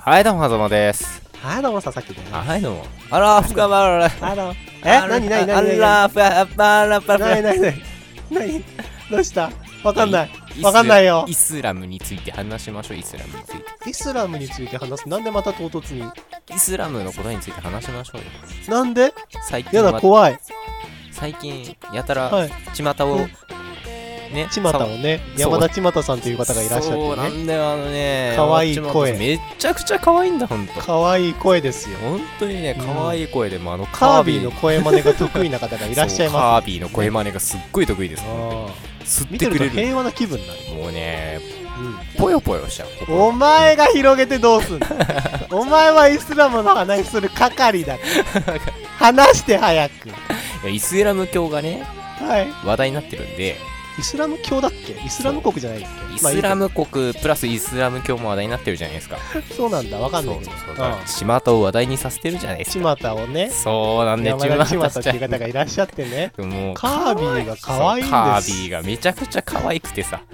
はいどうもはざまです。 はいどうも佐々木です。 はいどうも。あらふかばら。 あらなにあらふかばらばら。 なにどうしたわかんないよ。 イスラムについて話しましょう。イスラムについて。 イスラムについて話す。なんでまた唐突にイスラムのことについて話しましょうよ。 なんで最近やだ怖い。 最近やたら巷をね、ちまたをね、山田ちまたさんという方がいらっしゃってね。 そうなんだよね。 可愛い声。 めっちゃくちゃ可愛いんだほんと。 可愛い声ですよ。 本当にね可愛い声でもカービィの声真似が得意な方がいらっしゃいます。 カービィの声真似がすっごい得意です。 見てると平和な気分になる。 もうね、ぽよぽよしちゃう。 お前が広げてどうすんのお前はイスラムの話する係だから話して早く。 イスラム教がね、話題になってるんで。 イスラム教だっけ？イスラム国じゃないっけ？ イスラム国プラスイスラム教も話題になってるじゃないですか。 そうなんだ、わかんないけど。 巷を話題にさせてるじゃないですか。 巷をね。 そうなんで、 山田ちまたっていう方がいらっしゃってね。 もうカービィが可愛いんです。 カービィがめちゃくちゃ可愛くてさ。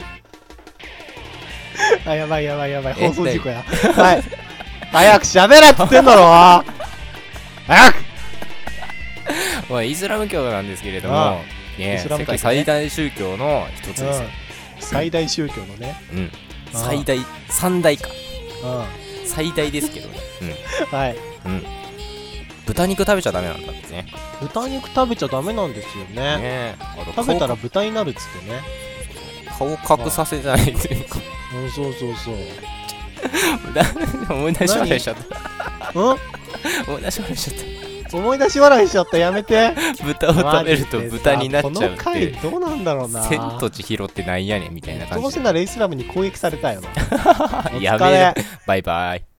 あ、やばい、放送事故や。はい。早く喋れっつってんだろ早くイスラム教なんですけれども、世界最大宗教の一つですよ。 最大宗教のね。 最大、三大か。最大ですけどね。 はい。 豚肉食べちゃダメなんだってね。 豚肉食べちゃダメなんですよね。食べたら豚になるっつってね。 顔隠させないというか。 そう。 思い出し笑いしちゃった。思い出し笑いしちゃった。 思い出し笑いしちゃった。やめて。 豚を食べると豚になっちゃうって。 この回どうなんだろうな。 千と千尋ってなんやねんみたいな感じ。 どうせならイスラムに攻撃されたよな。 やめろ。バイバイ。